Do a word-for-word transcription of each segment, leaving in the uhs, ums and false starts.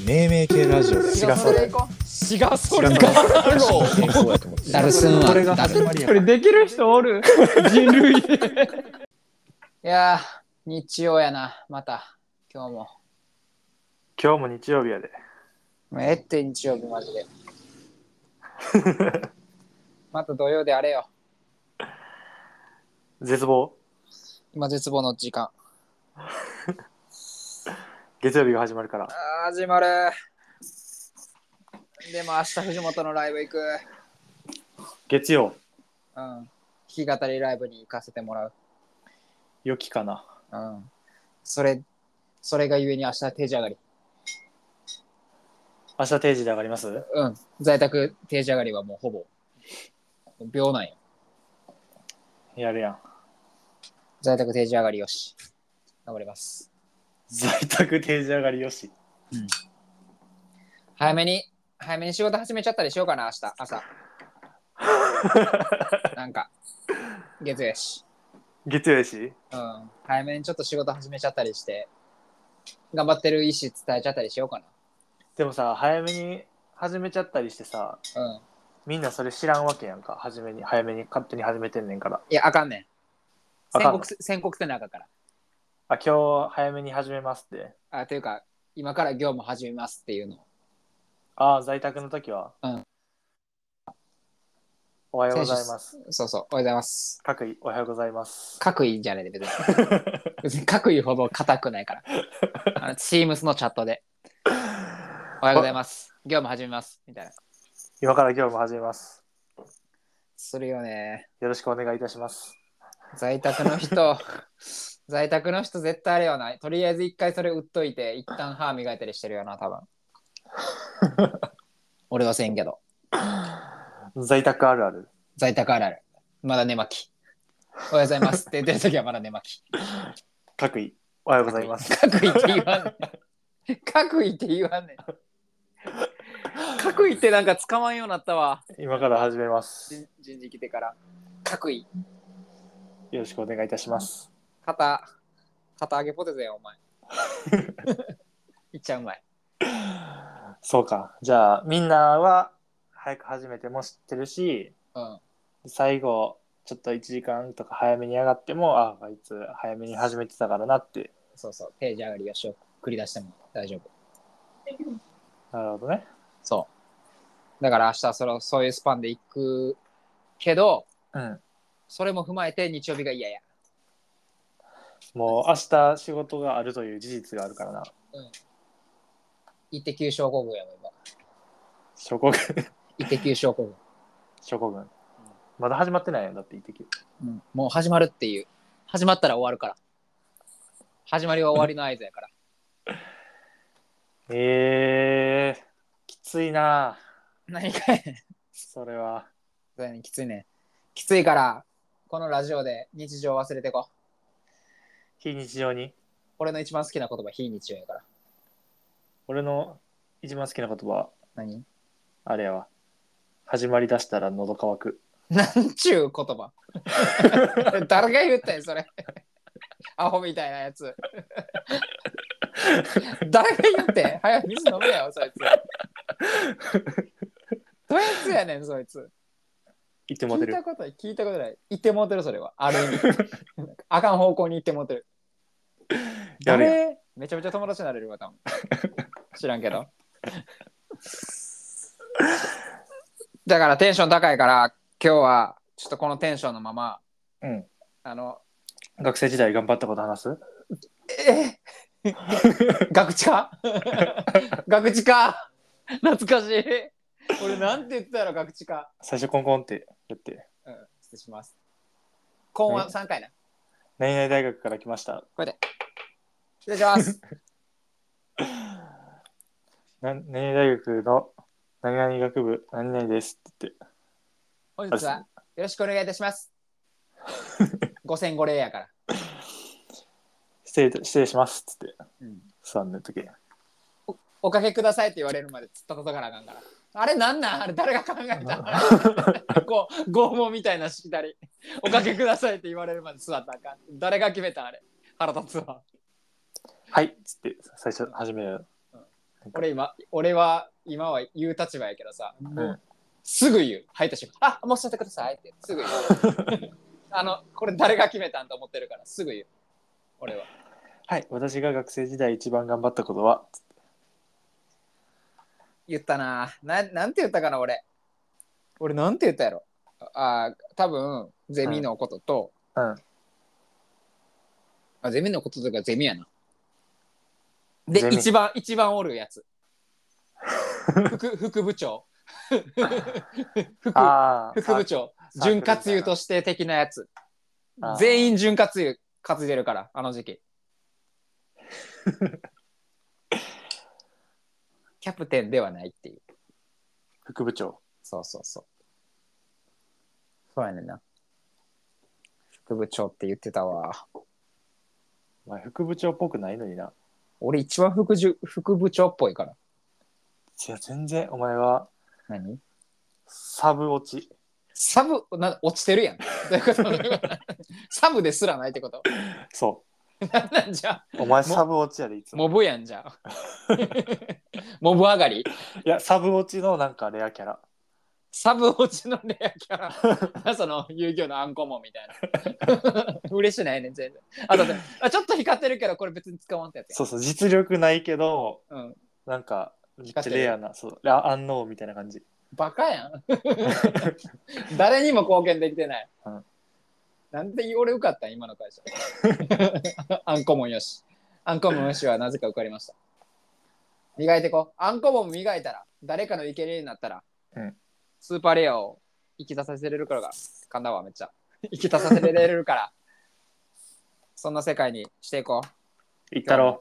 命名系ラジオでしがそれ行こう。しがそれかだろう。 健康やと思ってダルスンはこれが始まりやこれできる人おる人類で。いやー、日曜やな、また今日も。 今日も日曜日やで。 もうええって日曜日マジで。また土曜であれよ。 絶望。 今絶望の時間。 月曜日が始まるから。 あー始まる。でも明日藤本のライブ行く。 月曜。 うん。弾き語りライブに行かせてもらう。 良きかな。 うん。それ、それがゆえに明日定時上がり。 明日定時で上がります？ うん。在宅定時上がりはもうほぼ秒なんよ。 やるやん。 在宅定時上がりよし。頑張ります。 在宅定時上がりよし。 うん。早めに、早めに仕事始めちゃったりしようかな、明日、朝。なんか、月曜やし。 月曜やし。 うん。早めにちょっと仕事始めちゃったりして、頑張ってる意思伝えちゃったりしようかでもさ、早めに始めちゃったりしてさ、 な。うん。 みんなそれ知らんわけやんか。初めに、早めに勝手に始めてんねんから。 いや、あかんねん。 あかんの宣告せ、宣告せなあかんから。 あ、今日早めに始めますって。 あ、というか、今から業務始めますっていうのを。 ああ、在宅の時は。 うん。 おはようございます。 そうそう、おはようございます。 各位、おはようございます。 各位じゃないで、別に。別に各位ほど硬くないから。あの、Teams のチャットで。おはようございます。業務始めます。みたいな。 今から業務始めます。 するよね。 よろしくお願いいたします。 在宅の人、在宅の人絶対あれよな。とりあえず一回それ売っといて、一旦歯磨いたりしてるよな、多分。俺はせんけど。 在宅あるある。 在宅あるある。まだ寝巻き。おはようございますって言ってるときはまだ寝巻き。 各位、おはようございます。 各位って言わんねん。各位って言わんねん。各位ってなんか捕まんようになったわ。 今から始めます。 人人事来てから。各位。 よろしくお願いいたします。 肩、肩上げポテトやお前。いっちゃうまい。 そうか。じゃあ、みんなは早く始めても知ってるし、 うん。 最後、ちょっといちじかんとか早めに上がっても、あ、あいつ早めに始めてたからなって。 そうそう。定時上がりよしを繰り出しても大丈夫。 なるほどね。 そう。だから明日そのそういうスパンで行くけど、 うん。 それも踏まえて日曜日が嫌や。 もう明日仕事があるという事実があるからな。 うん。一滴級症候群やもん今。 諸国一滴級症候群。 諸国軍。まだ始まってないよ。だって一滴。 うん。もう始まるっていう。始まったら終わるから。始まりは終わりの合図やから。 えー、きついな。 何かいね。 それは。 そうやねんきついね。きついから、このラジオで日常忘れてこ。 非日常に。 俺の一番好きな言葉、非日常やから。 俺の一番好きな言葉は、 何あれやわ。始まりだしたら喉乾く。 なんちゅう言葉。誰が言ったんやそれ。アホみたいなやつ。誰が言ってん早く水飲めよ、そいつ。どういうやつやねん、そいつ。 言ってもてる。 聞いたことない、聞いたことない。言ってもうてる、それは。ある意味。あかん方向に行ってもうてる。 やるやん。 誰めちゃめちゃ友達になれるわ、多分。知らんけど。だからテンション高いから、今日はちょっとこのテンションのまま、 うん。 あの、 学生時代頑張ったこと話す？ え学知か学知か懐かしい。俺なんて言ったら学知か。 最初コンコンってやって。 うん、失礼します。コンはさんかいな。 何々大学から来ました。 これで。失礼します。 な何々大学の何々学部何々ですって言って。 本日はよろしくお願いいたします。ごせんご礼やから。 失礼失礼しますっつって。 うん、 座んの時。 お、おかけくださいって言われるまでつったことからあかんから。あれなんなんあれ誰が考えたこう拷問みたいなしきたり。おかけくださいって言われるまで座ったらあかん。誰が決めたあれ。腹立つわ。 はいっつって最初始める。 俺今俺は今は言う立場やけどさ、もううんすぐ言う。入った瞬間、あ、もう教えてくださいってすぐ言う。あのこれ誰が決めたんと思ってるからすぐ言う。俺は。 はい、私が学生時代一番頑張ったことは言ったな。ななんて言ったかな俺。俺なんて言ったやろ。あ、多分ゼミのことと、 うん、 あゼミのこととかゼミやな。でゼミ一番一番おるやつ。副副部長。副あ副部長。潤滑油として的なやつ。全員潤滑油担いでるからあの時期。キャプテンではないっていう。 副部長。 そうそうそう。そうやねんな。副部長って言ってたわ。 お前副部長っぽくないのにな。 俺一番副じゅ副部長っぽいから。 いや全然お前は何？ サブ落ち。 サブな落ちてるやん。どういうことサブですらないってこと？ そなんなんじゃ。 う。お前サブ落ちやでいつも。 モブやんじゃん。モブ上がり？ いやサブ落ちのなんかレアキャラ。 サブ落ちのレアキャラ。その遊戯王のアンコモンみたいな。嬉しないねん全然。あとね、あちょっと光ってるけどこれ別に使わんってやつや。 そうそう実力ないけど、 うん、 なんかめっちゃレアなそうアンノーみたいな感じ。 バカやん。誰にも貢献できてない。 うん、 なんで俺受かったん今の会社。アンコモンよし。アンコモンよしはなぜか受かりました。磨いてこう。アンコモン磨いたら誰かの生贄になったら、 うん、 スーパーレアを生き出させれるからが噛んだわめっちゃ。生き出させれるから。そんな世界にしていこう。 いったろ。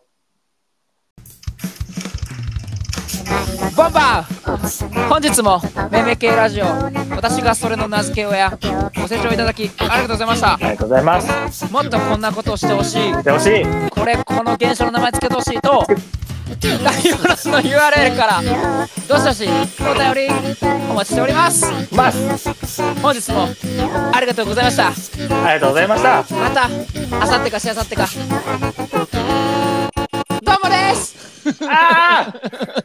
ボンバー本日もめめ系ラジオ私がそれの名付け親ご清聴いただきありがとうございました。 ありがとうございます。 もっとこんなことをしてほしいしてほしいこれこの現象の名前つけてほしいと概要欄の ユーアールエル からどしどしお便りお待ちしておりますます本日もありがとうございました。 ありがとうございました。 またあさってかしあさってかどうもですああ